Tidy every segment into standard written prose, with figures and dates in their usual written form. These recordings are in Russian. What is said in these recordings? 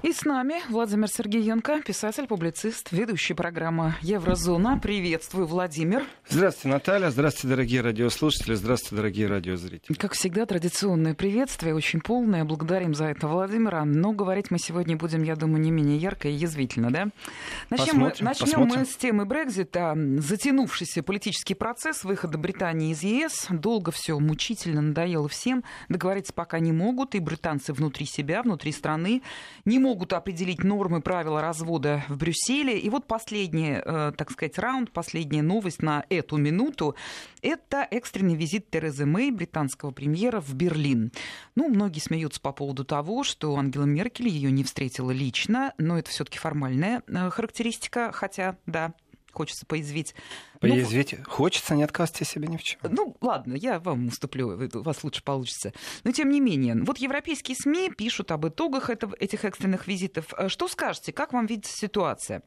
И с нами Владимир Сергеенко, писатель, публицист, ведущий программы «Еврозона». Приветствую, Владимир. Здравствуйте, Наталья. Здравствуйте, дорогие радиослушатели. Здравствуйте, дорогие радиозрители. Как всегда, традиционное приветствие, очень полное. Благодарим за это Владимира. Но говорить мы сегодня будем, я думаю, не менее ярко и язвительно, да? Начнем мы с темы Брексита. Затянувшийся политический процесс выхода Британии из ЕС. Долго все мучительно надоело всем. Договориться пока не могут. И британцы внутри себя, внутри страны не могут определить нормы, правила развода в Брюсселе. И вот последний, так сказать, раунд, последняя новость на эту минуту – это экстренный визит Терезы Мэй, британского премьера, в Берлин. Ну, многие смеются по поводу того, что Ангела Меркель ее не встретила лично, но это все-таки формальная характеристика, хотя, да, хочется поязвить. Поязвить хочется, не отказывайте себе ни в чем. Ну, ладно, я вам уступлю, у вас лучше получится. Но, тем не менее, вот европейские СМИ пишут об итогах этих экстренных визитов. Что скажете, как вам видится ситуация?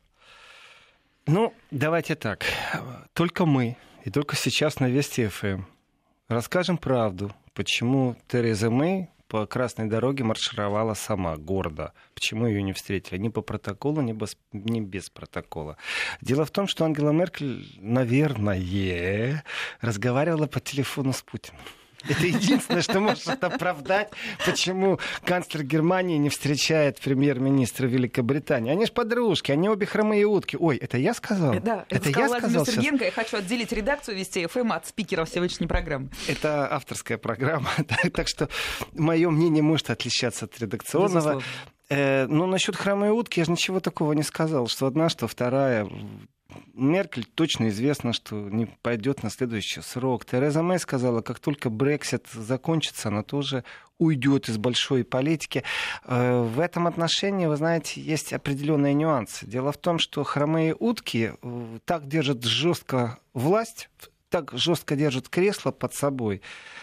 Ну, давайте так. Только мы, и только сейчас на Вести ФМ расскажем правду, почему Тереза Мэй по Красной дороге маршировала сама, гордо. Почему ее не встретили? Ни по протоколу, ни без протокола. Дело в том, что Ангела Меркель, наверное, разговаривала по телефону с Путиным. Это единственное, что может оправдать, почему канцлер Германии не встречает премьер-министра Великобритании. Они же подружки, они обе хромые утки. Ой, это я сказал? Да, это я сказал Владимир Сергеенко. Я хочу отделить редакцию Вести ФМ от спикеров сегодняшней программы. Это авторская программа, так что мое мнение может отличаться от редакционного. Но насчет хромой утки я же ничего такого не сказал, что одна, что вторая. Меркель точно известно, что не пойдет на следующий срок. Тереза Мэй сказала, как только Брексит закончится, она тоже уйдет из большой политики. В этом отношении, вы знаете, есть определенные нюансы. Дело в том, что хромые утки так держат жестко власть, так жестко держат кресло под собой,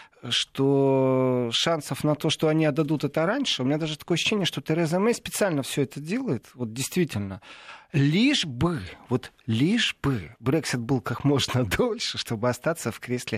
что шансов на то, что они отдадут это раньше, у меня даже такое ощущение, что Тереза Мэй специально все это делает, вот действительно, лишь бы Брексит был как можно дольше, чтобы остаться в кресле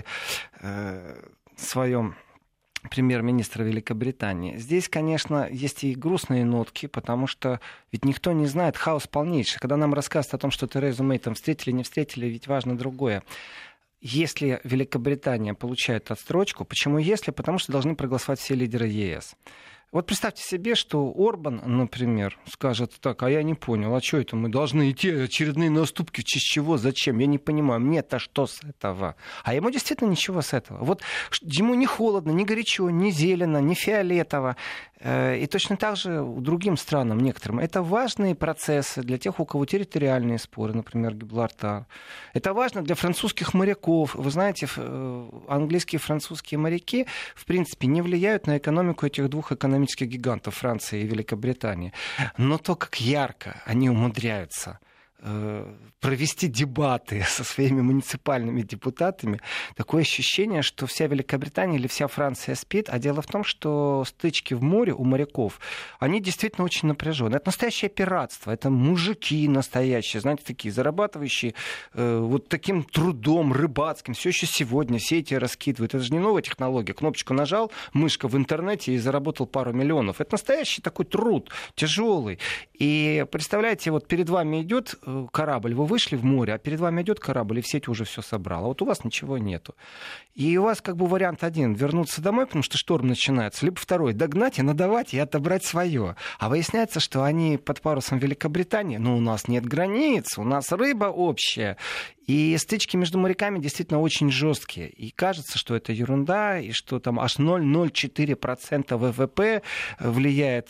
своем премьер-министра Великобритании. Здесь, конечно, есть и грустные нотки, потому что ведь никто не знает, хаос полнейший. Когда нам рассказывают о том, что Терезу Мэй там встретили, не встретили, ведь важно другое. Если Великобритания получает отсрочку, почему если? Потому что должны проголосовать все лидеры ЕС. Вот представьте себе, что Орбан, например, скажет так, а я не понял, а что это мы должны идти очередные наступки, в честь чего, зачем? Я не понимаю, мне-то что с этого? А ему действительно ничего с этого. Вот ему не холодно, не горячо, не зелено, не фиолетово. И точно так же другим странам, некоторым. Это важные процессы для тех, у кого территориальные споры, например, Гибралтар. Это важно для французских моряков. Вы знаете, английские и французские моряки, в принципе, не влияют на экономику этих двух экономических гигантов, Франции и Великобритании. Но то, как ярко они умудряются провести дебаты со своими муниципальными депутатами, такое ощущение, что вся Великобритания или вся Франция спит, а дело в том, что стычки в море у моряков, они действительно очень напряженные. Это настоящее пиратство, это мужики настоящие, знаете, такие, зарабатывающие вот таким трудом рыбацким, все еще сегодня сети раскидывают. Это же не новая технология, кнопочку нажал, мышка в интернете и заработал пару миллионов. Это настоящий такой труд, тяжелый. И представляете, вот перед вами идет корабль, вы вышли в море, а перед вами идет корабль, и в сети уже все собрал. А вот у вас ничего нету. И у вас как бы вариант один — вернуться домой, потому что шторм начинается, либо второй — догнать и надавать и отобрать свое. А выясняется, что они под парусом Великобритании, но у нас нет границ, у нас рыба общая. И стычки между моряками действительно очень жесткие. И кажется, что это ерунда, и что там аж 0,04% ВВП влияет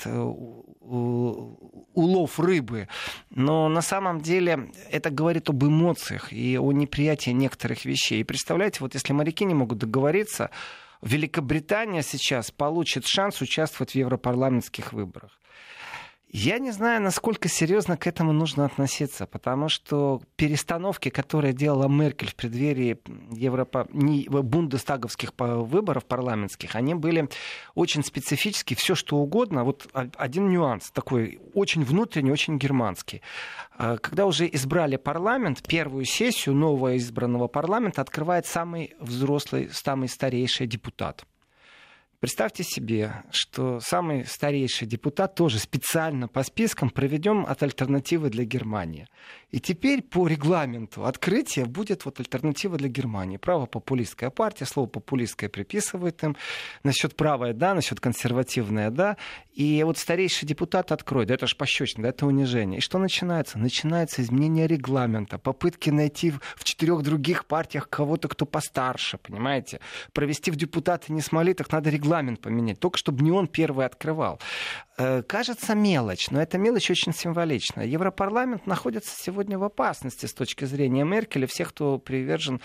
улов рыбы. Но на самом деле это говорит об эмоциях и о неприятии некоторых вещей. И представляете, вот если моряки не могут договориться, Великобритания сейчас получит шанс участвовать в европарламентских выборах. Я не знаю, насколько серьезно к этому нужно относиться, потому что перестановки, которые делала Меркель в преддверии бундестаговских выборов парламентских, они были очень специфические, все что угодно. Вот один нюанс такой, очень внутренний, очень германский. Когда уже избрали парламент, первую сессию нового избранного парламента открывает самый взрослый, самый старейший депутат. Представьте себе, что самый старейший депутат тоже специально по спискам проведем от альтернативы для Германии. И теперь по регламенту открытия будет вот альтернатива для Германии. Правопопулистская партия, слово популистское приписывает им. Насчет правое да, насчет консервативное да. И вот старейший депутат откроет. Да это ж пощечина, да, это унижение. И что начинается? Начинается изменение регламента, попытки найти в 4 других партиях кого-то, кто постарше, понимаете? Провести в депутаты не смогли, так надо регламент поменять, только чтобы не он первый открывал. Кажется мелочь, но эта мелочь очень символична. Европарламент находится сегодня в опасности с точки зрения Меркель и всех, кто привержен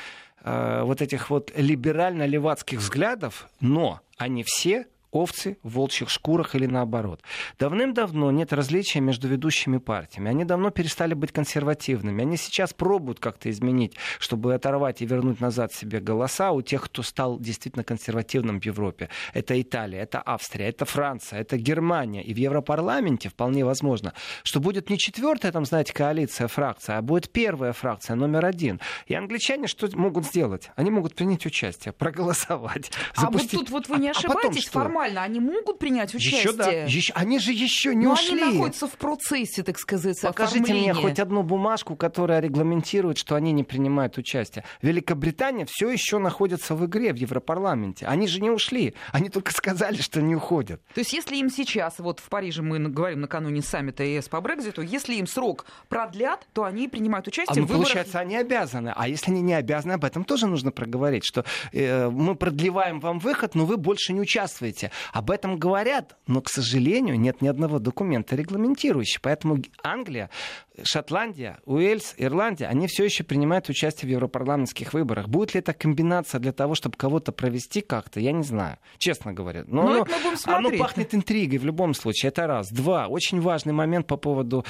вот этих вот либерально-левацких взглядов, но они все овцы в волчьих шкурах или наоборот. Давным-давно нет различия между ведущими партиями. Они давно перестали быть консервативными. Они сейчас пробуют как-то изменить, чтобы оторвать и вернуть назад себе голоса у тех, кто стал действительно консервативным в Европе. Это Италия, это Австрия, это Франция, это Германия. И в Европарламенте вполне возможно, что будет не 4-я, там, знаете, коалиция, фракция, а будет 1-я фракция, номер 1. И англичане что могут сделать? Они могут принять участие, проголосовать. Запустить... А вот тут вот вы не ошибаетесь, формально они могут принять участие? Еще, да. Они же еще не ушли. Но они находятся в процессе, так сказать, Покажите оформления. мне хоть одну бумажку, которая регламентирует, что они не принимают участие. Великобритания все еще находится в игре в Европарламенте. Они же не ушли. Они только сказали, что не уходят. То есть если им сейчас, вот в Париже мы говорим накануне саммита ЕС по Брекситу, если им срок продлят, то они принимают участие в выборах. Получается, они обязаны. А если они не обязаны, об этом тоже нужно проговорить, что мы продлеваем вам выход, но вы больше не участвуете. Об этом говорят, но, к сожалению, нет ни одного документа регламентирующего. Поэтому Англия, Шотландия, Уэльс, Ирландия, они все еще принимают участие в европарламентских выборах. Будет ли это комбинация для того, чтобы кого-то провести как-то, я не знаю, честно говоря. Но оно пахнет интригой в любом случае, это раз. 2. Очень важный момент по поводу...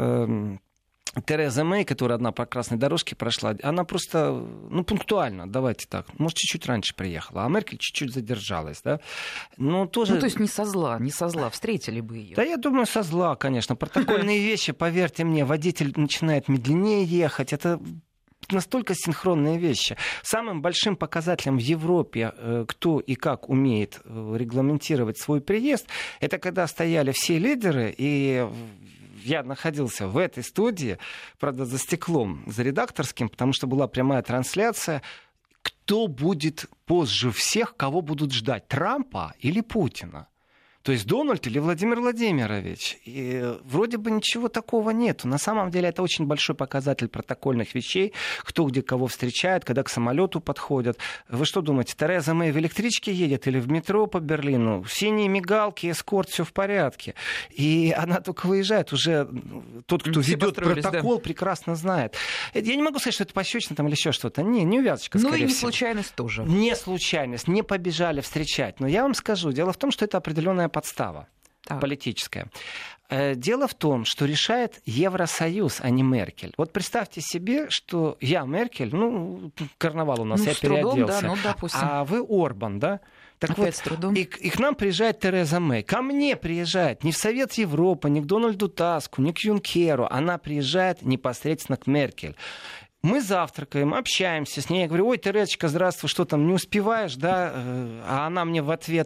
Тереза Мэй, которая одна по красной дорожке прошла, она просто, пунктуально, давайте так, может, чуть-чуть раньше приехала, а Меркель чуть-чуть задержалась, да. Но тоже... то есть не со зла, встретили бы ее. Да, я думаю, со зла, конечно. Протокольные вещи, поверьте мне, водитель начинает медленнее ехать, это... настолько синхронные вещи. Самым большим показателем в Европе, кто и как умеет регламентировать свой приезд, это когда стояли все лидеры, и я находился в этой студии, правда, за стеклом, за редакторским, потому что была прямая трансляция. Кто будет позже всех, кого будут ждать, Трампа или Путина? То есть Дональд или Владимир Владимирович. И вроде бы ничего такого нету. На самом деле это очень большой показатель протокольных вещей. Кто где кого встречает, когда к самолету подходят. Вы что думаете, Тереза Мэй в электричке едет или в метро по Берлину? Синие мигалки, эскорт, все в порядке. И она только выезжает. Уже тот, кто ведет протокол, да, прекрасно знает. Я не могу сказать, что это пощечина там или еще что-то. Не увязочка, скорее всего. Ну и не случайность тоже. Не случайность. Не побежали встречать. Но я вам скажу, дело в том, что это определенная подстава политическая. Дело в том, что решает Евросоюз, а не Меркель. Вот представьте себе, что я Меркель, карнавал у нас, я переоделся, да, а вы Орбан, да? Так опять вот, с трудом. И к нам приезжает Тереза Мэй. Ко мне приезжает не в Совет Европы, не к Дональду Таску, не к Юнкеру. Она приезжает непосредственно к Меркель. Мы завтракаем, общаемся с ней. Я говорю: ой, Терезочка, здравствуй, что там, не успеваешь, да? А она мне в ответ: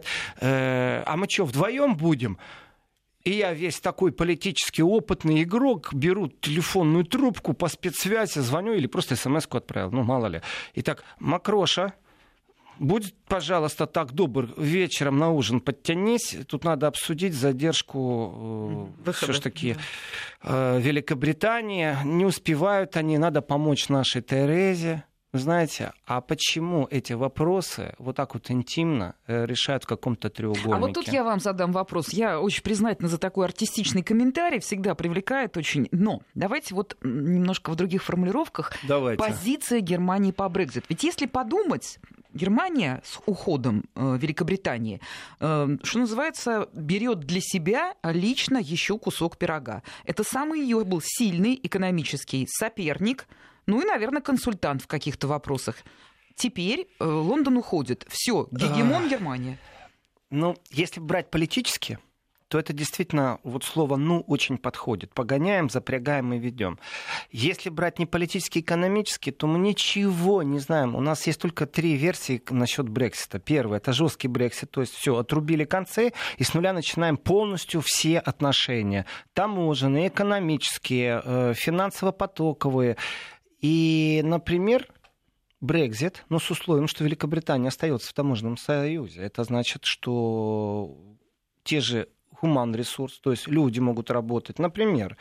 а мы что, вдвоем будем? И я весь такой политически опытный игрок, беру телефонную трубку по спецсвязи, звоню или просто смс-ку отправил, мало ли. Итак, Макроша, будь, пожалуйста, так добр, вечером на ужин подтянись. Тут надо обсудить задержку все-таки Великобритании. Не успевают они, надо помочь нашей Терезе. Знаете, а почему эти вопросы вот так вот интимно решают в каком-то треугольнике? А вот тут я вам задам вопрос. Я очень признательна за такой артистичный комментарий, всегда привлекает очень. Но давайте вот немножко в других формулировках. Давайте. Позиция Германии по Брекситу. Ведь если подумать, Германия с уходом Великобритании, что называется, берет для себя лично еще кусок пирога. Это самый ее был сильный экономический соперник, и, наверное, консультант в каких-то вопросах. Теперь Лондон уходит. Все, гегемон Германия. Если брать политически, то это действительно вот слово «ну» очень подходит. Погоняем, запрягаем и ведем. Если брать не политически, экономически, то мы ничего не знаем. У нас есть только 3 версии насчет Брексита. Первое — это жесткий Брексит, то есть все, отрубили концы и с нуля начинаем полностью все отношения. Таможенные, экономические, финансово-потоковые. И, например, Брексит, но с условием, что Великобритания остается в таможенном союзе. Это значит, что те же human ресурс, то есть люди могут работать. Например,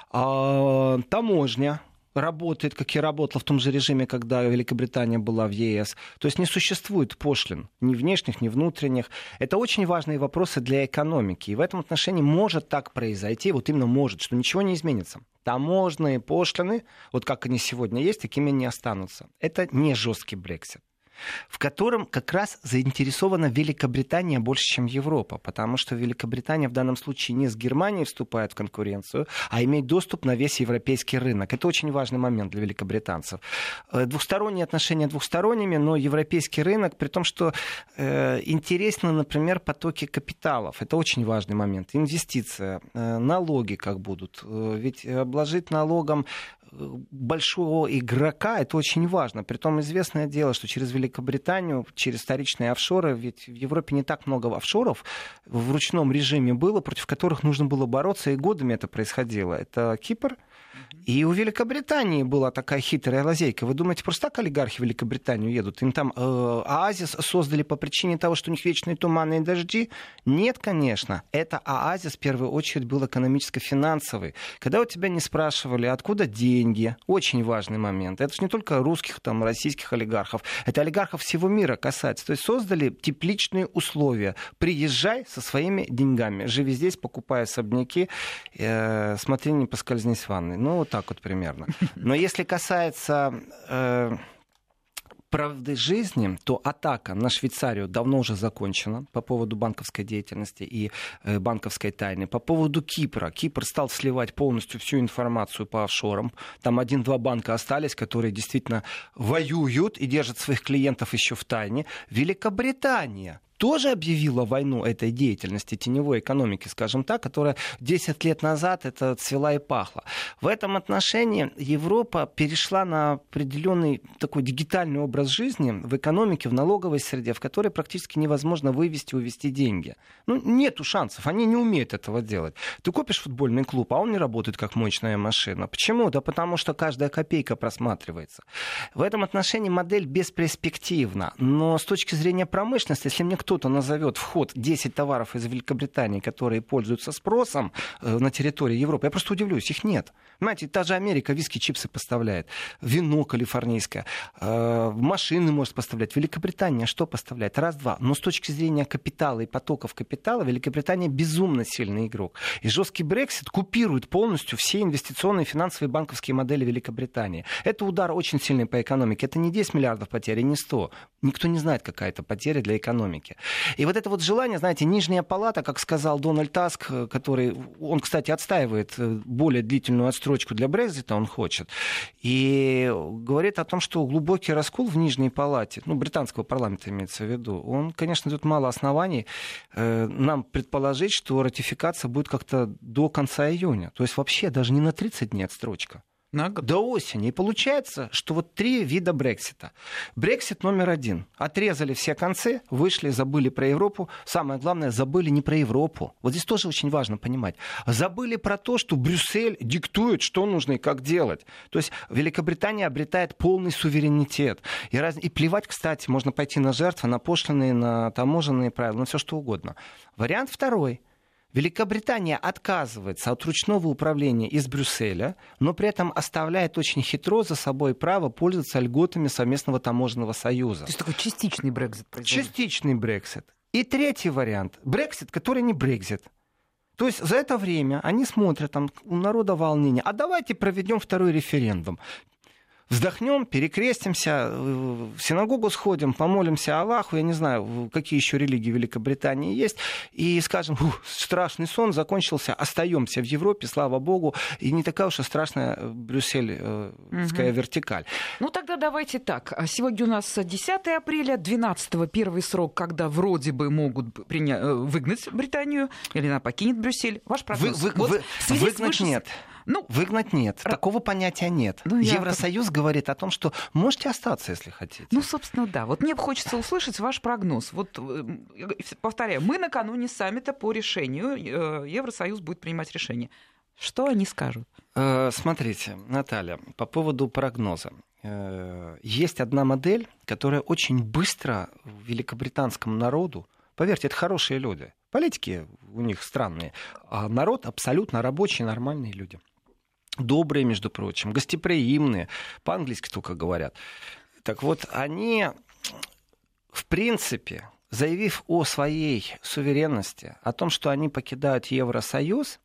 таможня работает, как и работала в том же режиме, когда Великобритания была в ЕС. То есть не существует пошлин ни внешних, ни внутренних. Это очень важные вопросы для экономики. И в этом отношении может так произойти, вот именно может, что ничего не изменится. Таможенные пошлины, вот как они сегодня есть, такими не останутся. Это не жесткий Брексит, в котором как раз заинтересована Великобритания больше, чем Европа, потому что Великобритания в данном случае не с Германией вступает в конкуренцию, а имеет доступ на весь европейский рынок. Это очень важный момент для великобританцев. Двухсторонние отношения двухсторонними, но европейский рынок, при том, что интересны, например, потоки капиталов. Это очень важный момент. Инвестиция, налоги как будут. Ведь обложить налогом большого игрока, это очень важно. Притом известное дело, что через Великобританию, через вторичные офшоры, ведь в Европе не так много офшоров в ручном режиме было, против которых нужно было бороться, и годами это происходило. Это Кипр. И у Великобритании была такая хитрая лазейка. Вы думаете, просто так олигархи в Великобританию едут? Им там оазис создали по причине того, что у них вечные туманные дожди? Нет, конечно. Это оазис в первую очередь был экономическо-финансовый. Когда у тебя не спрашивали, откуда деньги, очень важный момент. Это же не только русских, там, российских олигархов. Это олигархов всего мира касается. То есть создали тепличные условия. Приезжай со своими деньгами. Живи здесь, покупай особняки, смотри, не поскользнись в ванной. Ну, вот так вот примерно. Но если касается правды жизни, то атака на Швейцарию давно уже закончена по поводу банковской деятельности и банковской тайны. По поводу Кипра. Кипр стал сливать полностью всю информацию по офшорам. Там 1-2 банка остались, которые действительно воюют и держат своих клиентов еще в тайне. Великобритания тоже объявила войну этой деятельности, теневой экономики, скажем так, которая 10 лет назад это цвела и пахла. В этом отношении Европа перешла на определенный такой дигитальный образ жизни в экономике, в налоговой среде, в которой практически невозможно вывести, увести деньги. Ну, нету шансов, они не умеют этого делать. Ты купишь футбольный клуб, а он не работает как моечная машина. Почему? Да потому что каждая копейка просматривается. В этом отношении модель бесперспективна. Но с точки зрения промышленности, если мне кто-то назовет вход 10 товаров из Великобритании, которые пользуются спросом на территории Европы, я просто удивлюсь, их нет. Понимаете, та же Америка виски, чипсы поставляет, вино калифорнийское, машины может поставлять. Великобритания что поставляет? Раз-два. Но с точки зрения капитала и потоков капитала, Великобритания безумно сильный игрок. И жесткий Брексит купирует полностью все инвестиционные, финансовые, банковские модели Великобритании. Это удар очень сильный по экономике. Это не 10 миллиардов потерь, не 100. Никто не знает, какая это потеря для экономики. И вот это вот желание, знаете, нижняя палата, как сказал Дональд Таск, который, он, кстати, отстаивает более длительную отстрочку для Брексита, он хочет, и говорит о том, что глубокий раскол в нижней палате, ну, британского парламента имеется в виду, он, конечно, дает мало оснований нам предположить, что ратификация будет как-то до конца июня. То есть вообще даже не на 30 дней отстрочка. До осени. И получается, что вот 3 вида Брексита. Брексит номер 1. Отрезали все концы, вышли, забыли про Европу. Самое главное, забыли не про Европу. Вот здесь тоже очень важно понимать. Забыли про то, что Брюссель диктует, что нужно и как делать. То есть Великобритания обретает полный суверенитет. И плевать, кстати, можно пойти на жертвы, на пошлины, на таможенные правила, на все что угодно. Вариант второй. Великобритания отказывается от ручного управления из Брюсселя, но при этом оставляет очень хитро за собой право пользоваться льготами совместного таможенного союза. То есть такой частичный Брексит произойдет. Частичный Брексит. И третий вариант. Брексит, который не Брексит. То есть за это время они смотрят, там у народа волнение. А давайте проведем второй референдум. вздохнем, перекрестимся, в синагогу сходим, помолимся Аллаху, я не знаю, какие еще религии в Великобритании есть, и скажем, страшный сон закончился, остаемся в Европе, слава богу, и не такая уж и страшная брюссельская вертикаль. Ну тогда давайте так. Сегодня у нас 10 апреля, 12-го первый срок, когда вроде бы могут выгнать Британию, или она покинет Брюссель. Ваш прогноз? Выгнать нет. Выгнать нет. Такого понятия нет. Евросоюз говорит о том, что можете остаться, если хотите. Собственно, да. Вот мне хочется услышать ваш прогноз. Вот, повторяю, мы накануне саммита по решению. Евросоюз будет принимать решение. Что они скажут? Смотрите, Наталья, по поводу прогноза. Есть одна модель, которая очень быстро великобританскому народу, поверьте, это хорошие люди, политики у них странные, а народ абсолютно рабочие, нормальные люди. Добрые, между прочим, гостеприимные, по-английски только говорят. Так вот, они, в принципе, заявив о своей суверенности, о том, что они покидают Евросоюз,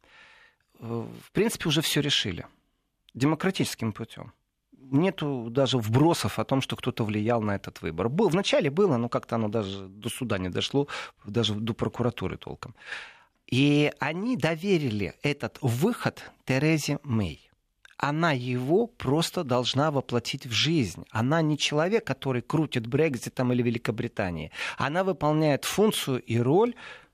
в принципе, уже все решили. Демократическим путем. Нету даже вбросов о том, что кто-то влиял на этот выбор. Вначале было, но как-то оно даже до суда не дошло, даже до прокуратуры толком. И они доверили этот выход Терезе Мэй. Она его просто должна воплотить в жизнь. Она не человек, который крутит Брекситом или Великобританией. Она выполняет функцию и роль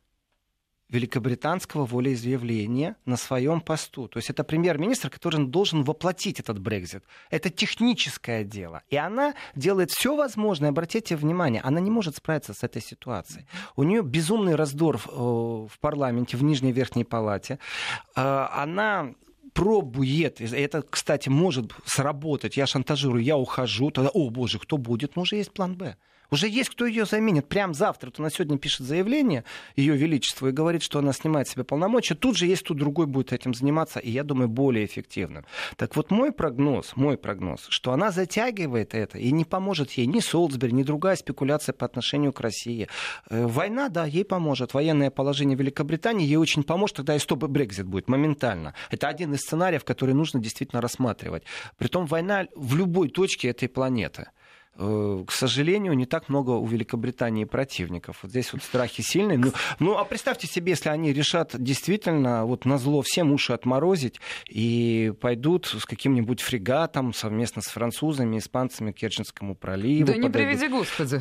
великобританского волеизъявления на своем посту. То есть это премьер-министр, который должен воплотить этот Брексит. Это техническое дело. И она делает все возможное. Обратите внимание, она не может справиться с этой ситуацией. У нее безумный раздор в парламенте, в Нижней и Верхней палате. Она пробует, это, кстати, может сработать, я шантажирую, я ухожу, тогда, о боже, кто будет? Ну, уже есть план «Б». Уже есть, кто ее заменит. Прямо завтра. Вот она сегодня пишет заявление Ее Величеству и говорит, что она снимает себе полномочия. Тут же есть кто другой будет этим заниматься, и я думаю, более эффективным. Так вот, мой прогноз, что она затягивает это, и не поможет ей ни Солсбери, ни другая спекуляция по отношению к России. Война, да, ей поможет. Военное положение Великобритании ей очень поможет, тогда и стоп-Брексит будет моментально. Это один из сценариев, который нужно действительно рассматривать. Притом война в любой точке этой планеты. К сожалению, не так много у Великобритании противников. Вот здесь вот страхи сильные. А представьте себе, если они решат действительно вот назло всем уши отморозить и пойдут с каким-нибудь фрегатом совместно с французами, испанцами к Керченскому проливу. Да не приведи Господи.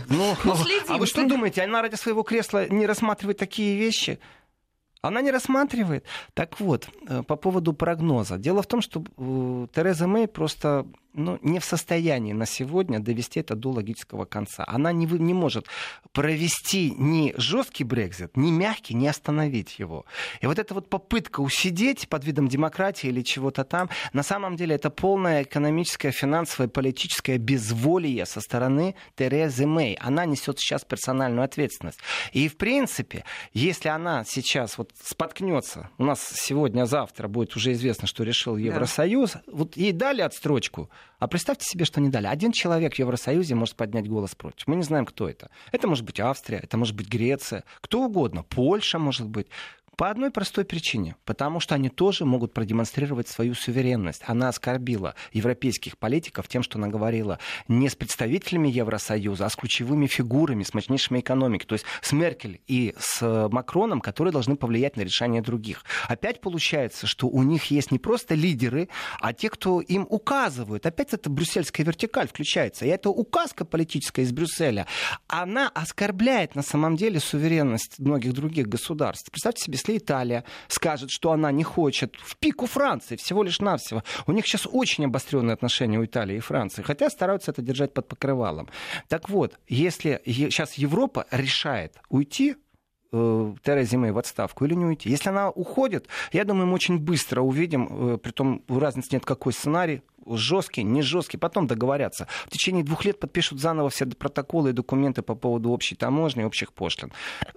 А вы что думаете, она ради своего кресла не рассматривает такие вещи? Она не рассматривает. Так вот, по поводу прогноза. Дело в том, что Тереза Мэй просто не в состоянии на сегодня довести это до логического конца. Она не может провести ни жесткий Брексит, ни мягкий, ни остановить его. И вот эта вот попытка усидеть под видом демократии или чего-то там, на самом деле это полное экономическое, финансовое, политическое безволие со стороны Терезы Мэй. Она несет сейчас персональную ответственность. И в принципе, если она сейчас вот споткнется, у нас сегодня-завтра будет уже известно, что решил Евросоюз, вот ей дали отстрочку. А представьте себе, что не дали. Один человек в Евросоюзе может поднять голос против. Мы не знаем, кто это. Это может быть Австрия, это может быть Греция, кто угодно. Польша, может быть. По одной простой причине. Потому что они тоже могут продемонстрировать свою суверенность. Она оскорбила европейских политиков тем, что она говорила не с представителями Евросоюза, а с ключевыми фигурами, с мощнейшими экономикой. То есть с Меркель и с Макроном, которые должны повлиять на решение других. Опять получается, что у них есть не просто лидеры, а те, кто им указывают. Опять эта брюссельская вертикаль включается. И эта указка политическая из Брюсселя, она оскорбляет на самом деле суверенность многих других государств. Представьте себе, если Италия скажет, что она не хочет в пику Франции, всего лишь навсего. У них сейчас очень обостренные отношения у Италии и Франции, хотя стараются это держать под покрывалом. Так вот, если сейчас Европа решает уйти Терезе Мэй в отставку или не уйти. Если она уходит, я думаю, мы очень быстро увидим, притом разницы нет, какой сценарий, жесткий, не жесткий, потом договорятся. В течение 2 лет подпишут заново все протоколы и документы по поводу общей таможни, общих пошлин.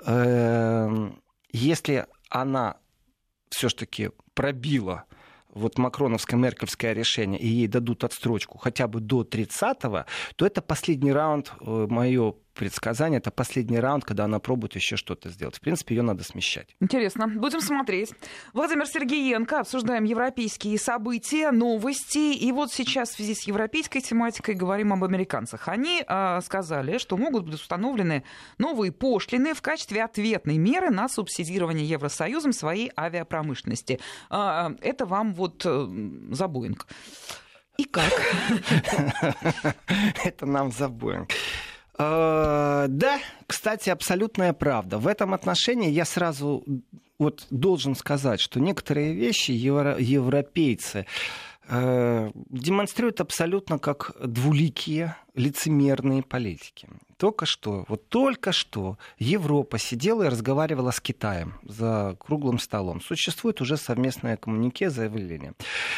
Если она все-таки пробила вот макроновское, меркельское решение, и ей дадут отстрочку хотя бы до 30-го, то это последний раунд, мое предсказание. Это последний раунд, когда она пробует еще что-то сделать. В принципе, ее надо смещать. Интересно. Будем смотреть. Владимир Сергеенко. Обсуждаем европейские события, новости. И вот сейчас в связи с европейской тематикой говорим об американцах. Они сказали, что могут быть установлены новые пошлины в качестве ответной меры на субсидирование Евросоюзом своей авиапромышленности. Это вам вот за Боинг. И как? Это нам за Боинг. Да, кстати, абсолютная правда. В этом отношении я сразу должен сказать, что некоторые вещи европейцы демонстрируют абсолютно как двуликие, лицемерные политики. Только что Европа сидела и разговаривала с Китаем за круглым столом. Существует уже совместное коммюнике, заявление.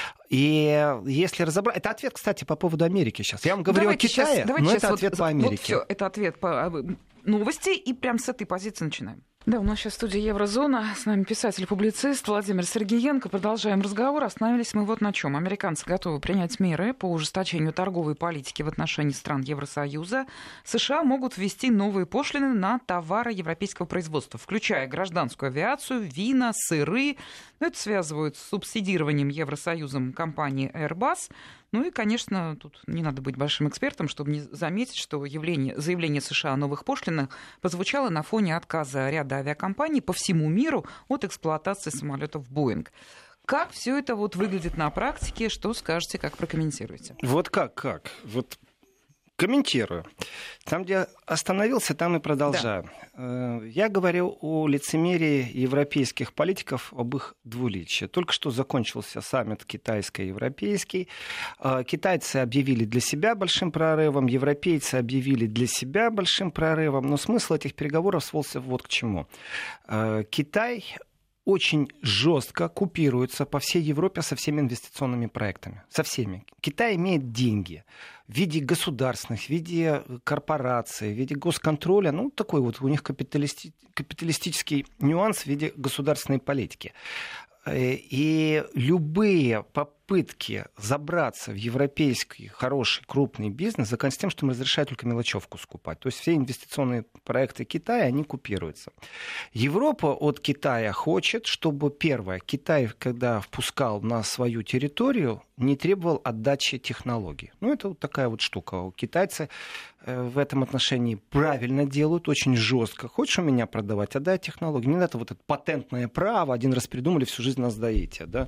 И если разобрать... Это ответ, кстати, по поводу Америки сейчас. Я вам говорю о Китае, но это ответ по Америке. Вот все, это ответ по новости, и прям с этой позиции начинаем. Да, у нас сейчас в студии Еврозона. С нами писатель-публицист Владимир Сергеенко. Продолжаем разговор. Остановились мы вот на чем. Американцы готовы принять меры по ужесточению торговой политики в отношении стран Евросоюза. США могут ввести новые пошлины на товары европейского производства, включая гражданскую авиацию, вина, сыры. Это связывают с субсидированием Евросоюзом компании Airbus. Ну и, конечно, тут не надо быть большим экспертом, чтобы не заметить, что заявление США о новых пошлинах прозвучало на фоне отказа ряда авиакомпаний по всему миру от эксплуатации самолетов Боинг. Как все это выглядит на практике? Что скажете, как прокомментируете? Как? Комментирую. Там, где остановился, там и продолжаю. Да. Я говорил о лицемерии европейских политиков, об их двуличии. Только что закончился саммит китайско-европейский. Китайцы объявили для себя большим прорывом, европейцы объявили для себя большим прорывом. Но смысл этих переговоров свелся вот к чему. Китай очень жестко купируется по всей Европе со всеми инвестиционными проектами. Со всеми. Китай имеет деньги в виде государственных, в виде корпораций, в виде госконтроля. Такой у них капиталистический нюанс в виде государственной политики. И любые попытки забраться в европейский хороший крупный бизнес заканчиваются тем, что им разрешают только мелочевку скупать. То есть все инвестиционные проекты Китая, они купируются. Европа от Китая хочет, чтобы, первое, Китай, когда впускал на свою территорию, не требовал отдачи технологий. Это такая штука. Китайцы в этом отношении правильно делают, очень жестко. Хочешь у меня продавать, отдай технологии. Не надо это патентное право, один раз придумали, всю жизнь нас доите. Да?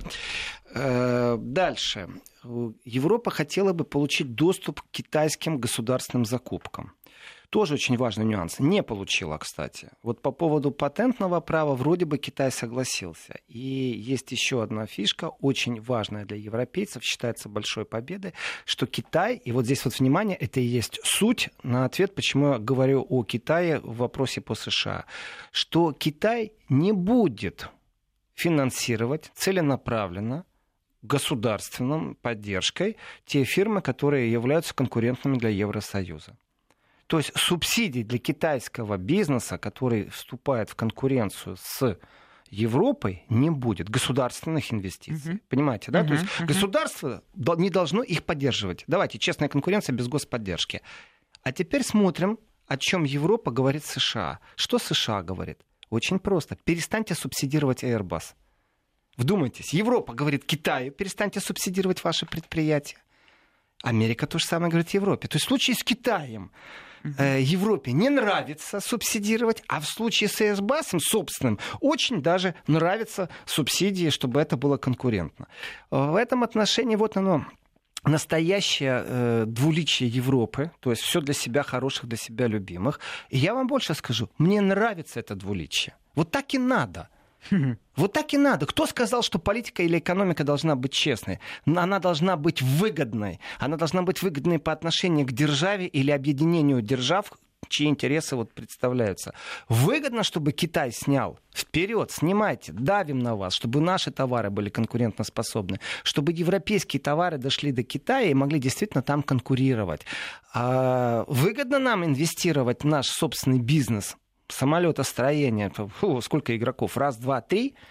Дальше. Европа хотела бы получить доступ к китайским государственным закупкам. Тоже очень важный нюанс. Не получила, кстати. По поводу патентного права вроде бы Китай согласился. И есть еще одна фишка, очень важная для европейцев, считается большой победой, что Китай, и здесь внимание, это и есть суть на ответ, почему я говорю о Китае в вопросе по США, что Китай не будет финансировать целенаправленно государственной поддержкой те фирмы, которые являются конкурентными для Евросоюза. То есть субсидий для китайского бизнеса, который вступает в конкуренцию с Европой, не будет. Государственных инвестиций. Понимаете, да? То есть государство не должно их поддерживать. Давайте, честная конкуренция без господдержки. А теперь смотрим, о чем Европа говорит США. Что США говорит? Очень просто. Перестаньте субсидировать Airbus. Вдумайтесь, Европа говорит Китаю, перестаньте субсидировать ваши предприятия. Америка то же самое говорит Европе. То есть в случае с Китаем Европе не нравится субсидировать, а в случае с Airbus собственным очень даже нравятся субсидии, чтобы это было конкурентно. В этом отношении оно настоящее двуличие Европы, то есть все для себя хороших, для себя любимых. И я вам больше скажу, мне нравится это двуличие. Так и надо. Так и надо. Кто сказал, что политика или экономика должна быть честной? Она должна быть выгодной. Она должна быть выгодной по отношению к державе или объединению держав, чьи интересы представляются. Выгодно, чтобы Китай снял. Вперед, снимайте, давим на вас, чтобы наши товары были конкурентоспособны, чтобы европейские товары дошли до Китая и могли действительно там конкурировать. Выгодно нам инвестировать в наш собственный бизнес, самолетостроение, сколько игроков, раз, два, три,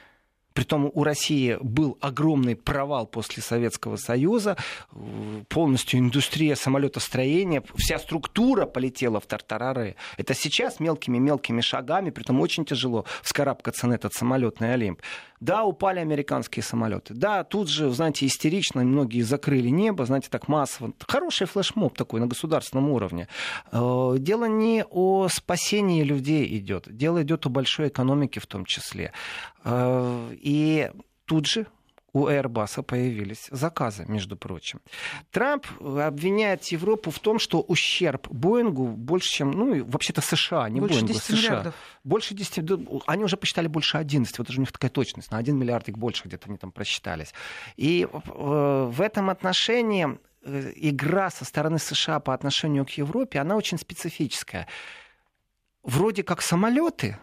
Притом у России был огромный провал после Советского Союза, полностью индустрия самолетостроения, вся структура полетела в тартарары. Это сейчас мелкими шагами, притом очень тяжело вскарабкаться на этот самолетный Олимп. Да, упали американские самолеты. Да, тут же, знаете, истерично многие закрыли небо, знаете, так массово. Хороший флешмоб такой на государственном уровне. Дело не о спасении людей идет, дело идет о большой экономике в том числе. И тут же у Airbus появились заказы, между прочим. Трамп обвиняет Европу в том, что ущерб Боингу больше, чем, вообще-то США, не больше Боингу, 10 США. Миллиардов. Больше 10, они уже посчитали больше 11, вот даже у них такая точность, на 1 миллиардик больше где-то они там просчитались. И в этом отношении игра со стороны США по отношению к Европе, она очень специфическая. Вроде как самолеты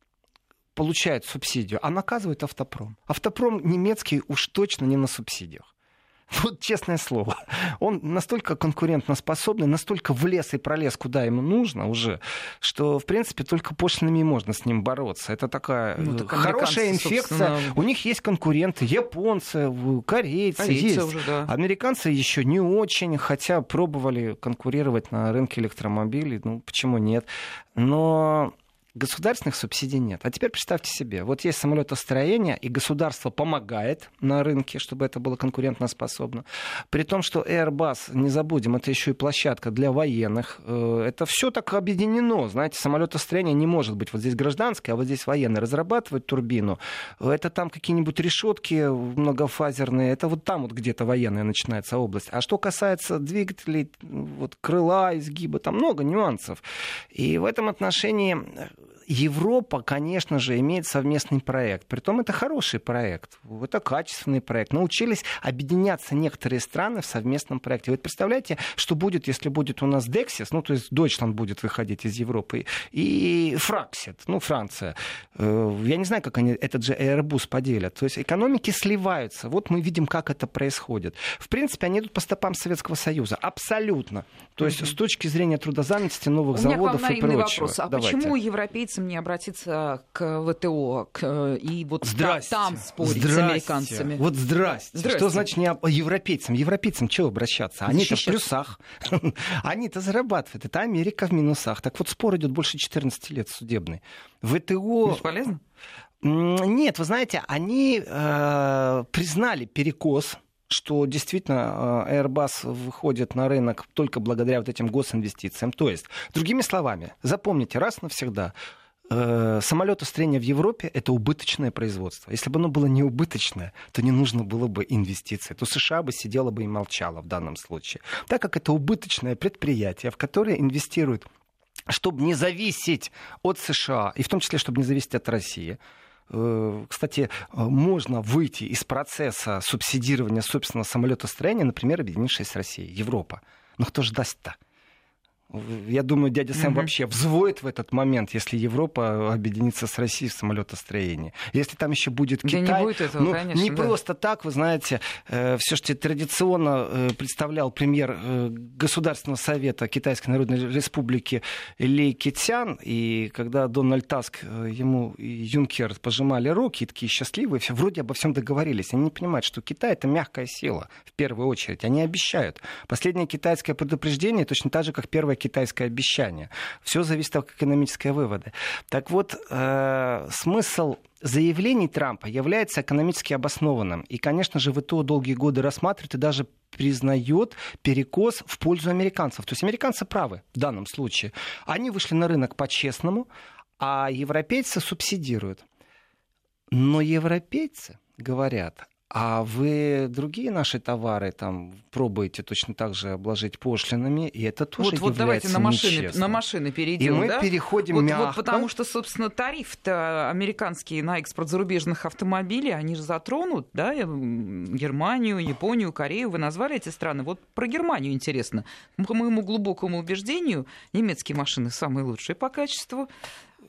получает субсидию, а наказывает автопром. Автопром немецкий уж точно не на субсидиях. Вот честное слово. Он настолько конкурентоспособный, настолько влез и пролез, куда ему нужно уже, что, в принципе, только пошлинами можно с ним бороться. Это такая хорошая инфекция. Собственно... У них есть конкуренты. Японцы, корейцы есть. Уже, да. Американцы еще не очень, хотя пробовали конкурировать на рынке электромобилей. Почему нет? Но... Государственных субсидий нет. А теперь представьте себе, вот есть самолетостроение, и государство помогает на рынке, чтобы это было конкурентоспособно. При том, что Airbus, не забудем, это еще и площадка для военных. Это все так объединено. Знаете, самолетостроение не может быть вот здесь гражданское, а вот здесь военное. Разрабатывать турбину, это там какие-нибудь решетки многофазерные, это вот там вот где-то военная начинается область. А что касается двигателей, вот крыла, изгиба, там много нюансов. И в этом отношении... Европа, конечно же, имеет совместный проект. Притом это хороший проект, это качественный проект. Научились объединяться некоторые страны в совместном проекте. Вы представляете, что будет, если будет у нас Dexis, то есть Deutschland будет выходить из Европы, и Fraxit, Франция. Я не знаю, как они этот же Airbus поделят. То есть экономики сливаются. Вот мы видим, как это происходит. В принципе, они идут по стопам Советского Союза. Абсолютно. То есть с точки зрения трудозанятости, новых заводов и прочего. Вопрос. А Давайте. Почему европейцам не обратиться к ВТО и вот там спорить с американцами? Вот здрасте. Что значит не европейцам? Европейцам чего обращаться? Они-то в плюсах. Они-то зарабатывают. Это Америка в минусах. Так вот спор идет больше 14 лет судебный. ВТО... Бесполезно? Нет, вы знаете, они признали перекос, что действительно Airbus выходит на рынок только благодаря вот этим госинвестициям. То есть, другими словами, запомните раз навсегда, самолетостроение в Европе — это убыточное производство. Если бы оно было не убыточное, то не нужно было бы инвестиций. То США бы сидела бы и молчала в данном случае. Так как это убыточное предприятие, в которое инвестируют, чтобы не зависеть от США, и в том числе, чтобы не зависеть от России. Кстати, можно выйти из процесса субсидирования собственного самолетостроения, например, объединившись с Россией, Европа. Но кто же даст-то? Я думаю, дядя Сэм вообще взвоет в этот момент, если Европа объединится с Россией в самолетостроении. Если там еще будет Китай, не будет этого, конечно, не просто так, вы знаете, все-таки традиционно представлял премьер Государственного совета Китайской Народной Республики Ли Кэцян, и когда Дональд Таск ему и Юнкер пожимали руки, и такие счастливые, все вроде обо всем договорились. Они не понимают, что Китай — это мягкая сила, в первую очередь. Они обещают. Последнее китайское предупреждение точно так же, как первое китайское обещание. Все зависит от экономической выводы. Так вот, смысл заявлений Трампа является экономически обоснованным. И, конечно же, ВТО долгие годы рассматривает и даже признает перекос в пользу американцев. То есть американцы правы в данном случае. Они вышли на рынок по-честному, а европейцы субсидируют. Но европейцы говорят: а вы другие наши товары там пробуете точно так же обложить пошлинами, и это тоже вот является давайте на машины перейдем. И мы переходим мягко. Вот потому что, собственно, тариф-то американский на экспорт зарубежных автомобилей, они же затронут, да, Германию, Японию, Корею. Вы назвали эти страны. Вот про Германию интересно. По моему глубокому убеждению, немецкие машины самые лучшие по качеству.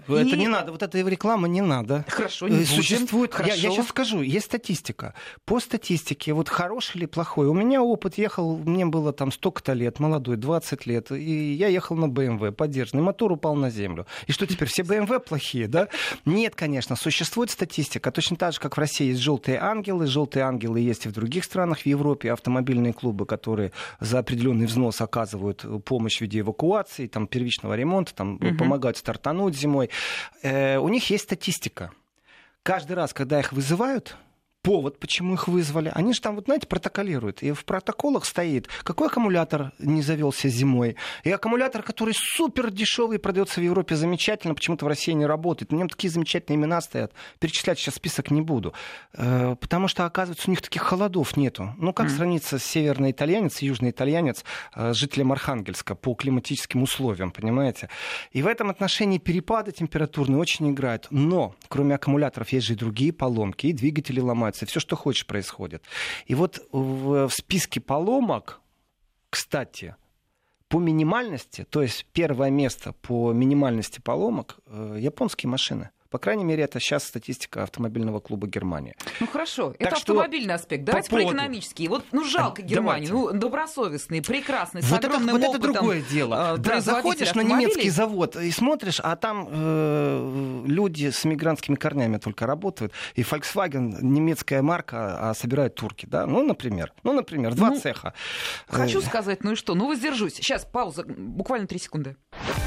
Это не надо, вот эта реклама не надо. Хорошо, не будем. Существует, Хорошо. Я сейчас скажу, есть статистика. По статистике, вот хороший или плохой. У меня опыт, ехал, мне было там столько-то лет, молодой, 20 лет, и я ехал на BMW, подержанный, мотор упал на землю. И что теперь, все BMW плохие, да? Нет, конечно, существует статистика. Точно так же, как в России есть желтые ангелы есть и в других странах, в Европе, автомобильные клубы, которые за определенный взнос оказывают помощь в виде эвакуации, там, первичного ремонта, там, помогают стартануть зимой. У них есть статистика. Каждый раз, когда их вызывают, повод, почему их вызвали, они же там, вот знаете, протоколируют. И в протоколах стоит, какой аккумулятор не завелся зимой. И аккумулятор, который супер дешевый, продается в Европе замечательно, почему-то в России не работает. На нем такие замечательные имена стоят. Перечислять сейчас список не буду. Потому что, оказывается, у них таких холодов нету. Ну, как сравниться северный итальянец и южный итальянец с жителем Архангельска по климатическим условиям, понимаете? И в этом отношении перепады температурные очень играют. Но, кроме аккумуляторов, есть же и другие поломки, и двигатели ломаются. Все, что хочешь, происходит. И вот в списке поломок, кстати, по минимальности, то есть первое место по минимальности поломок, японские машины. По крайней мере, это сейчас статистика автомобильного клуба Германии. Ну хорошо, так это автомобильный аспект. Давайте про экономический. Вот, жалко Германию. Ну, добросовестный, прекрасный, с огромным опытом. Вот это другое дело. Да, заходишь на немецкий завод и смотришь, а там люди с мигрантскими корнями только работают. И Volkswagen, немецкая марка, а собирают турки. Да? Ну, например, два цеха. Хочу сказать, ну и что? Ну, воздержусь. Сейчас, пауза, буквально 3 секунды.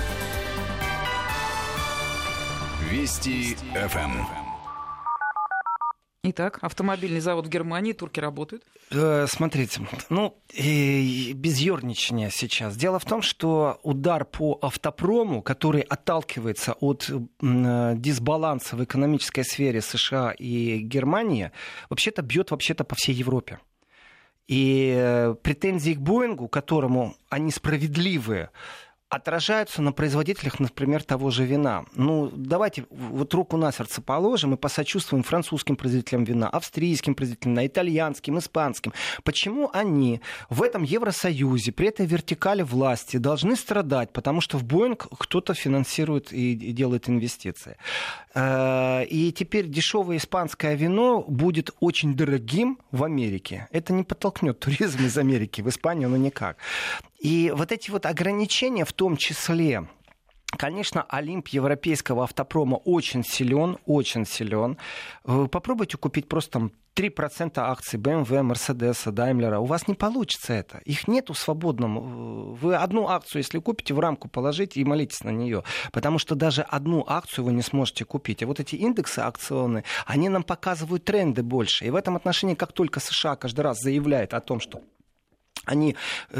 Вести ФМ. Итак, автомобильный завод в Германии, турки работают. Смотрите, без ерничания сейчас. Дело в том, что удар по автопрому, который отталкивается от дисбаланса в экономической сфере США и Германии, вообще-то бьет по всей Европе. И претензии к Боингу, которому они справедливые, отражаются на производителях, например, того же вина. Ну, давайте вот руку на сердце положим и посочувствуем французским производителям вина, австрийским производителям, итальянским, испанским. Почему они в этом Евросоюзе, при этой вертикали власти должны страдать? Потому что в Боинг кто-то финансирует и делает инвестиции. И теперь дешевое испанское вино будет очень дорогим в Америке. Это не подтолкнет туризм из Америки в Испанию, но никак. И вот эти вот ограничения, в том числе, конечно, Олимп европейского автопрома очень силен, очень силен. Попробуйте купить просто там 3% акций BMW, Mercedes, Daimler. У вас не получится это. Их нету в свободном. Вы одну акцию, если купите, в рамку положите и молитесь на нее. Потому что даже одну акцию вы не сможете купить. А вот эти индексы акционные, они нам показывают тренды больше. И в этом отношении, как только США каждый раз заявляет о том, что они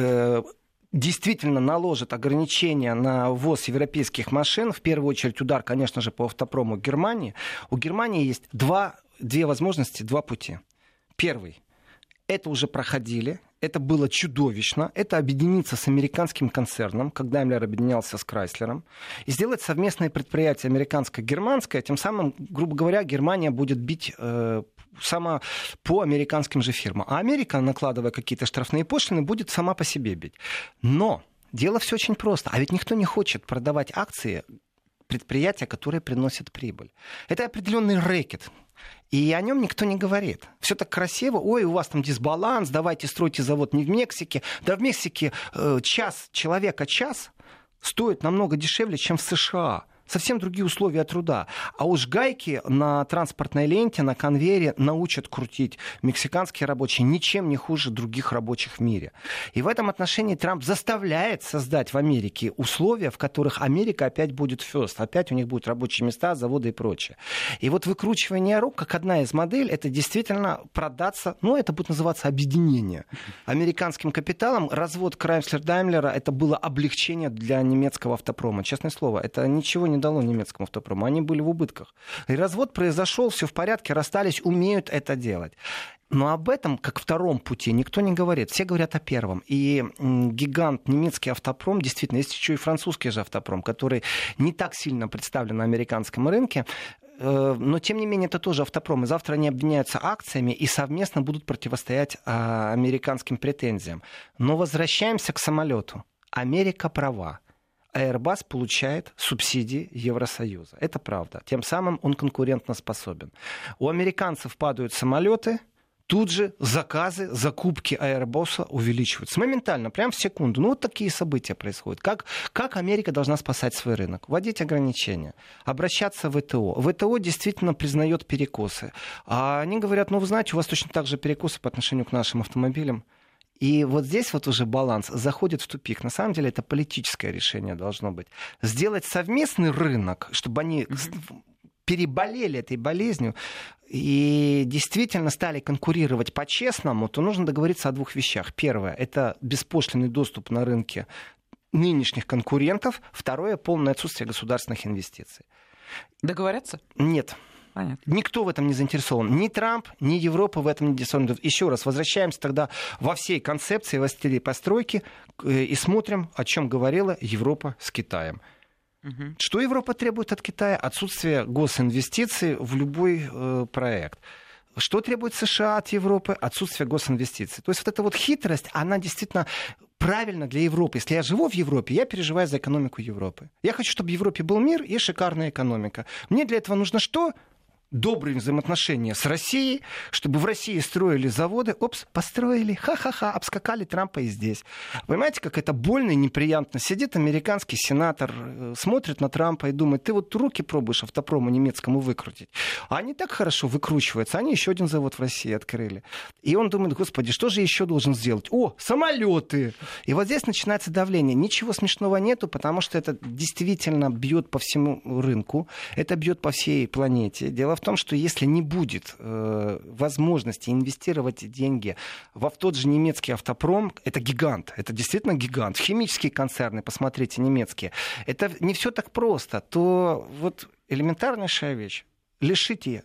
действительно наложат ограничения на ввоз европейских машин, в первую очередь удар, конечно же, по автопрому Германии. У Германии есть две возможности, два пути. Первый. Это уже проходили. Это было чудовищно. Это объединиться с американским концерном, как Daimler объединялся с Chrysler, и сделать совместное предприятие американско-германское. Тем самым, грубо говоря, Германия будет бить сама по американским же фирмам. А Америка, накладывая какие-то штрафные пошлины, будет сама по себе бить. Но дело все очень просто. А ведь никто не хочет продавать акции предприятия, которые приносят прибыль. Это определенный рэкет. И о нем никто не говорит. Все так красиво. Ой, у вас там дисбаланс, давайте стройте завод не в Мексике. Да в Мексике человека час стоит намного дешевле, чем в США. Совсем другие условия труда. А уж гайки на транспортной ленте, на конвейере научат крутить мексиканские рабочие ничем не хуже других рабочих в мире. И в этом отношении Трамп заставляет создать в Америке условия, в которых Америка опять будет first. Опять у них будут рабочие места, заводы и прочее. И вот выкручивание рук, как одна из моделей, это действительно продаться, это будет называться объединение. Американским капиталом развод Chrysler-Daimler это было облегчение для немецкого автопрома. Честное слово, это ничего не дало немецкому автопрому. Они были в убытках. И развод произошел, все в порядке, расстались, умеют это делать. Но об этом, как втором пути, никто не говорит. Все говорят о первом. И гигант немецкий автопром, действительно, есть еще и французский же автопром, который не так сильно представлен на американском рынке, но, тем не менее, это тоже автопром. И завтра они объединяются акциями и совместно будут противостоять американским претензиям. Но возвращаемся к самолету. Америка права. Airbus получает субсидии Евросоюза. Это правда. Тем самым он конкурентоспособен. У американцев падают самолеты, тут же заказы, закупки Airbus увеличиваются. Моментально, прямо в секунду. Ну, вот такие события происходят. Как Америка должна спасать свой рынок? Вводить ограничения, обращаться в ВТО. ВТО действительно признает перекосы. А они говорят, ну, вы знаете, у вас точно так же перекосы по отношению к нашим автомобилям. И вот здесь вот уже баланс заходит в тупик. На самом деле это политическое решение должно быть. Сделать совместный рынок, чтобы они переболели этой болезнью и действительно стали конкурировать по-честному, то нужно договориться о двух вещах. Первое — это беспошлинный доступ на рынке нынешних конкурентов. Второе — полное отсутствие государственных инвестиций. Договорятся? Нет. Понятно. Никто в этом не заинтересован. Ни Трамп, ни Европа в этом не заинтересованы. Еще раз, возвращаемся тогда во всей концепции, во стиле постройки и смотрим, о чем говорила Европа с Китаем. Что Европа требует от Китая? Отсутствие госинвестиций в любой проект. Что требует США от Европы? Отсутствие госинвестиций. То есть вот эта вот хитрость, она действительно правильна для Европы. Если я живу в Европе, я переживаю за экономику Европы. Я хочу, чтобы в Европе был мир и шикарная экономика. Мне для этого нужно что? Добрые взаимоотношения с Россией, чтобы в России строили заводы. Опс, построили, ха-ха-ха, обскакали Трампа и здесь. Понимаете, как это больно и неприятно. Сидит американский сенатор, смотрит на Трампа и думает, ты вот руки пробуешь автопрому немецкому выкрутить. А они так хорошо выкручиваются. Они еще один завод в России открыли. И он думает, господи, что же еще должен сделать? О, самолеты! И вот здесь начинается давление. Ничего смешного нету, потому что это действительно бьет по всему рынку. Это бьет по всей планете. Дело в том, что если не будет возможности инвестировать деньги в тот же немецкий автопром, это гигант, это действительно гигант. Химические концерны, посмотрите, немецкие. Это не все так просто. То вот элементарнейшая вещь. Лишите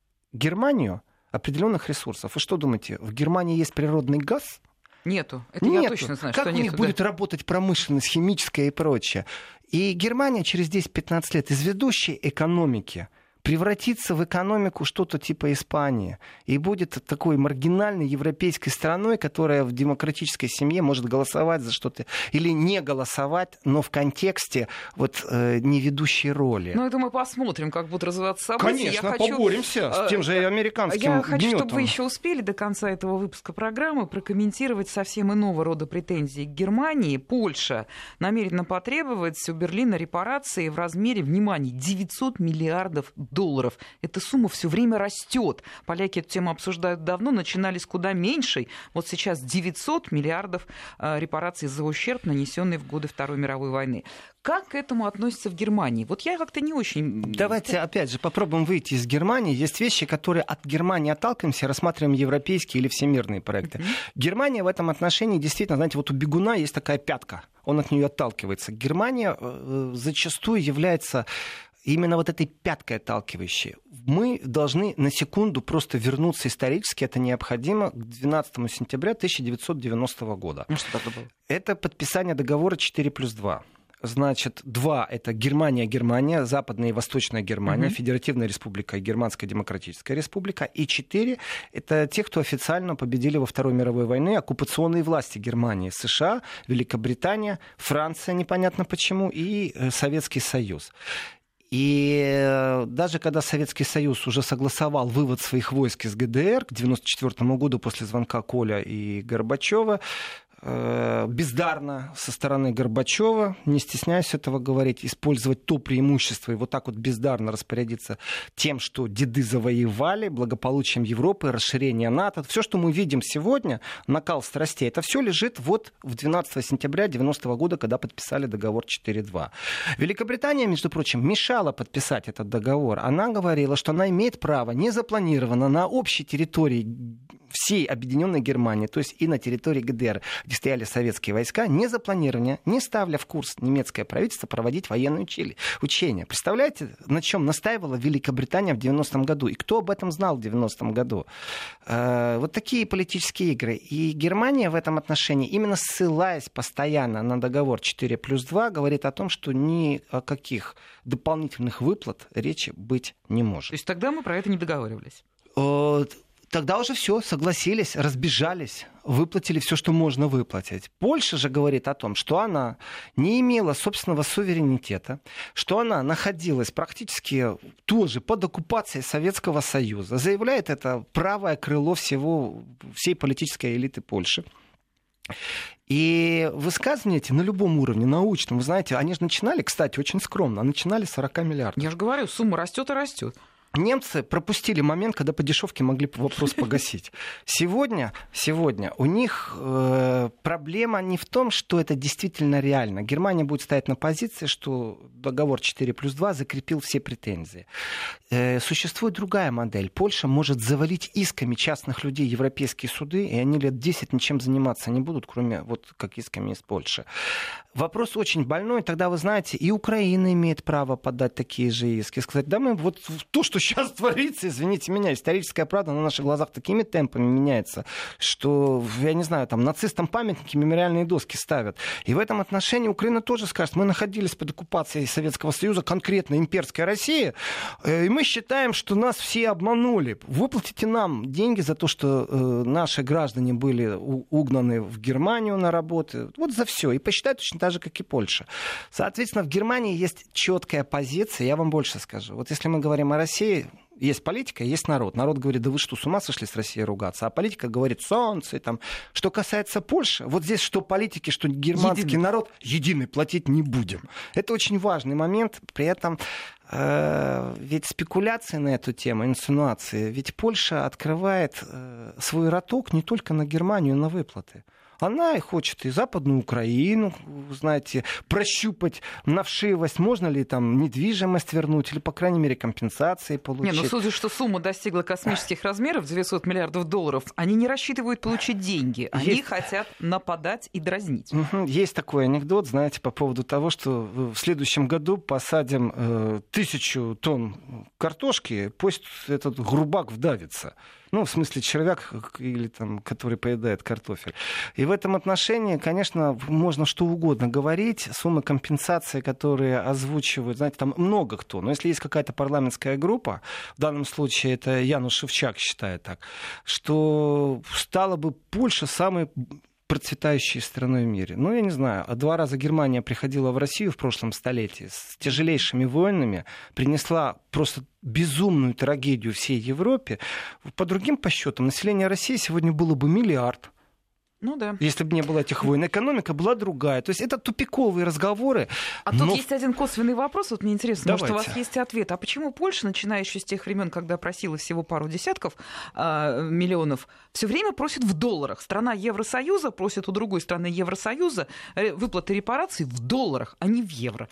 Германию определенных ресурсов. Вы что думаете, в Германии есть природный газ? Нету. Это нету. Я точно знаю, как что у них нету, будет работать промышленность химическая и прочее? И Германия через 10-15 лет из ведущей экономики превратится в экономику что-то типа Испании и будет такой маргинальной европейской страной, которая в демократической семье может голосовать за что-то или не голосовать, но в контексте вот не ведущей роли. Ну, это мы посмотрим, как будут развиваться события. Конечно, поборемся с тем же американским Я хочу, гнётом. чтобы вы еще успели до конца этого выпуска программы прокомментировать совсем иного рода претензии к Германии. Польша намерена потребовать у Берлина репарации в размере, внимание, 900 миллиардов долларов. Эта сумма все время растет. Поляки эту тему обсуждают давно, начинали с куда меньшей. Вот сейчас 900 миллиардов репараций за ущерб, нанесенный в годы Второй мировой войны. Как к этому относятся в Германии? Вот я как-то не очень... Давайте, опять же, попробуем выйти из Германии. Есть вещи, которые от Германии отталкиваемся, рассматриваем европейские или всемирные проекты. Германия в этом отношении действительно, знаете, вот у бегуна есть такая пятка, он от нее отталкивается. Германия зачастую является именно вот этой пяткой отталкивающей. Мы должны на секунду просто вернуться исторически, это необходимо, к 12 сентября 1990 года. Что это было? Это подписание договора 4+2. Значит, 2 — это Германия, Западная и Восточная Германия, Федеративная Республика и Германская Демократическая Республика. И 4 — это те, кто официально победили во Второй мировой войне, оккупационные власти Германии, США, Великобритания, Франция, непонятно почему, и Советский Союз. И даже когда Советский Союз уже согласовал вывод своих войск из ГДР к 1994 году после звонка Коля и Горбачева, бездарно со стороны Горбачева, не стесняюсь этого говорить, использовать то преимущество и вот так вот бездарно распорядиться тем, что деды завоевали, благополучием Европы, расширение НАТО. Все, что мы видим сегодня, накал страстей, это все лежит вот в 12 сентября 1990 года, когда подписали договор 4.2. Великобритания, между прочим, мешала подписать этот договор. Она говорила, что она имеет право незапланированно на общей территории всей объединенной Германии, то есть и на территории ГДР, где стояли советские войска, не запланировано, не ставля в курс немецкое правительство проводить военные учения. Представляете, на чем настаивала Великобритания в 90-м году? И кто об этом знал в 90-м году? Вот такие политические игры. И Германия в этом отношении, именно ссылаясь постоянно на договор 4+2, говорит о том, что ни о каких дополнительных выплат речи быть не может. То есть тогда мы про это не договаривались? тогда уже все, согласились, разбежались, выплатили все, что можно выплатить. Польша же говорит о том, что она не имела собственного суверенитета, что она находилась практически тоже под оккупацией Советского Союза. Заявляет это правое крыло всей политической элиты Польши. И высказывания эти на любом уровне, научном, вы знаете, они же начинали, кстати, очень скромно, начинали с 40 миллиардов. Я же говорю, сумма растет и растет. Немцы пропустили момент, когда по дешевке могли вопрос погасить. Сегодня у них проблема не в том, что это действительно реально. Германия будет стоять на позиции, что договор 4+2 закрепил все претензии. Существует другая модель. Польша может завалить исками частных людей европейские суды, и они лет 10 ничем заниматься не будут, кроме вот как исками из Польши. Вопрос очень больной. Тогда, вы знаете, и Украина имеет право подать такие же иски. Сказать, да мы вот то, что сейчас творится, извините меня, историческая правда на наших глазах такими темпами меняется, что, я не знаю, там нацистам памятники, мемориальные доски ставят. И в этом отношении Украина тоже скажет, мы находились под оккупацией Советского Союза, конкретно имперской России, и мы считаем, что нас все обманули. Выплатите нам деньги за то, что наши граждане были угнаны в Германию на работы. Вот за все. И посчитают точно так же, как и Польша. Соответственно, в Германии есть четкая позиция. Я вам больше скажу. Вот если мы говорим о России, есть политика, есть народ. Народ говорит, да вы что, с ума сошли с Россией ругаться? А политика говорит, солнце. Там. Что касается Польши, вот здесь что политики, что германский народ единый, платить не будем. Это очень важный момент. При этом ведь спекуляции на эту тему, инсинуации, ведь Польша открывает свой роток не только на Германию, на выплаты. Она и хочет и Западную Украину, знаете, прощупать на вшивость, можно ли там недвижимость вернуть, или, по крайней мере, компенсации получить. Ну, судя, что сумма достигла космических размеров, 900 миллиардов долларов, они не рассчитывают получить деньги. Они хотят нападать и дразнить. Есть такой анекдот, знаете, по поводу того, что в следующем году посадим 1000 тонн картошки, пусть этот грубак вдавится. Ну, в смысле, червяк, или там, который поедает картофель. И в этом отношении, конечно, можно что угодно говорить. Суммы компенсации, которые озвучивают, знаете, там много кто. Но если есть какая-то парламентская группа, в данном случае это Януш Шевчак считает так, что стала бы Польша самой процветающей страной в мире. Ну, я не знаю, 2 раза Германия приходила в Россию в прошлом столетии с тяжелейшими войнами, принесла просто безумную трагедию всей Европе. По другим подсчетам, население России сегодня было бы 1 миллиард. Ну да. Если бы не было этих войн, экономика была другая. То есть это тупиковые разговоры. Тут есть один косвенный вопрос. Вот мне интересно, может, у вас есть ответ. А почему Польша, начиная еще с тех времен, когда просила всего пару десятков миллионов, все время просит в долларах? Страна Евросоюза просит у другой страны Евросоюза выплаты репараций в долларах, а не в евро.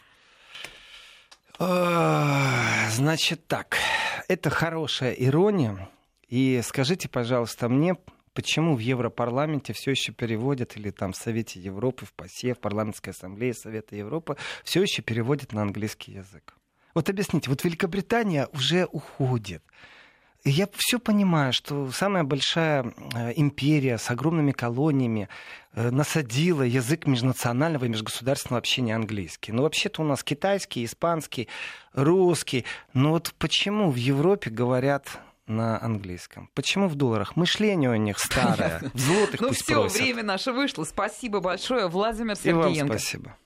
Значит так, это хорошая ирония. И скажите, пожалуйста, мне, почему в Европарламенте все еще переводят, или там в Совете Европы, в ПАСЕ, в Парламентской ассамблее Совета Европы, все еще переводят на английский язык? Вот объясните, вот Великобритания уже уходит. И я все понимаю, что самая большая империя с огромными колониями насадила язык межнационального и межгосударственного общения английский. Но вообще-то у нас китайский, испанский, русский. Но вот почему в Европе говорят на английском? Почему в долларах? Мышление у них старое. В злотых пусть просят. Ну все, время наше вышло. Спасибо большое. Владимир Сергеенко. И вам спасибо.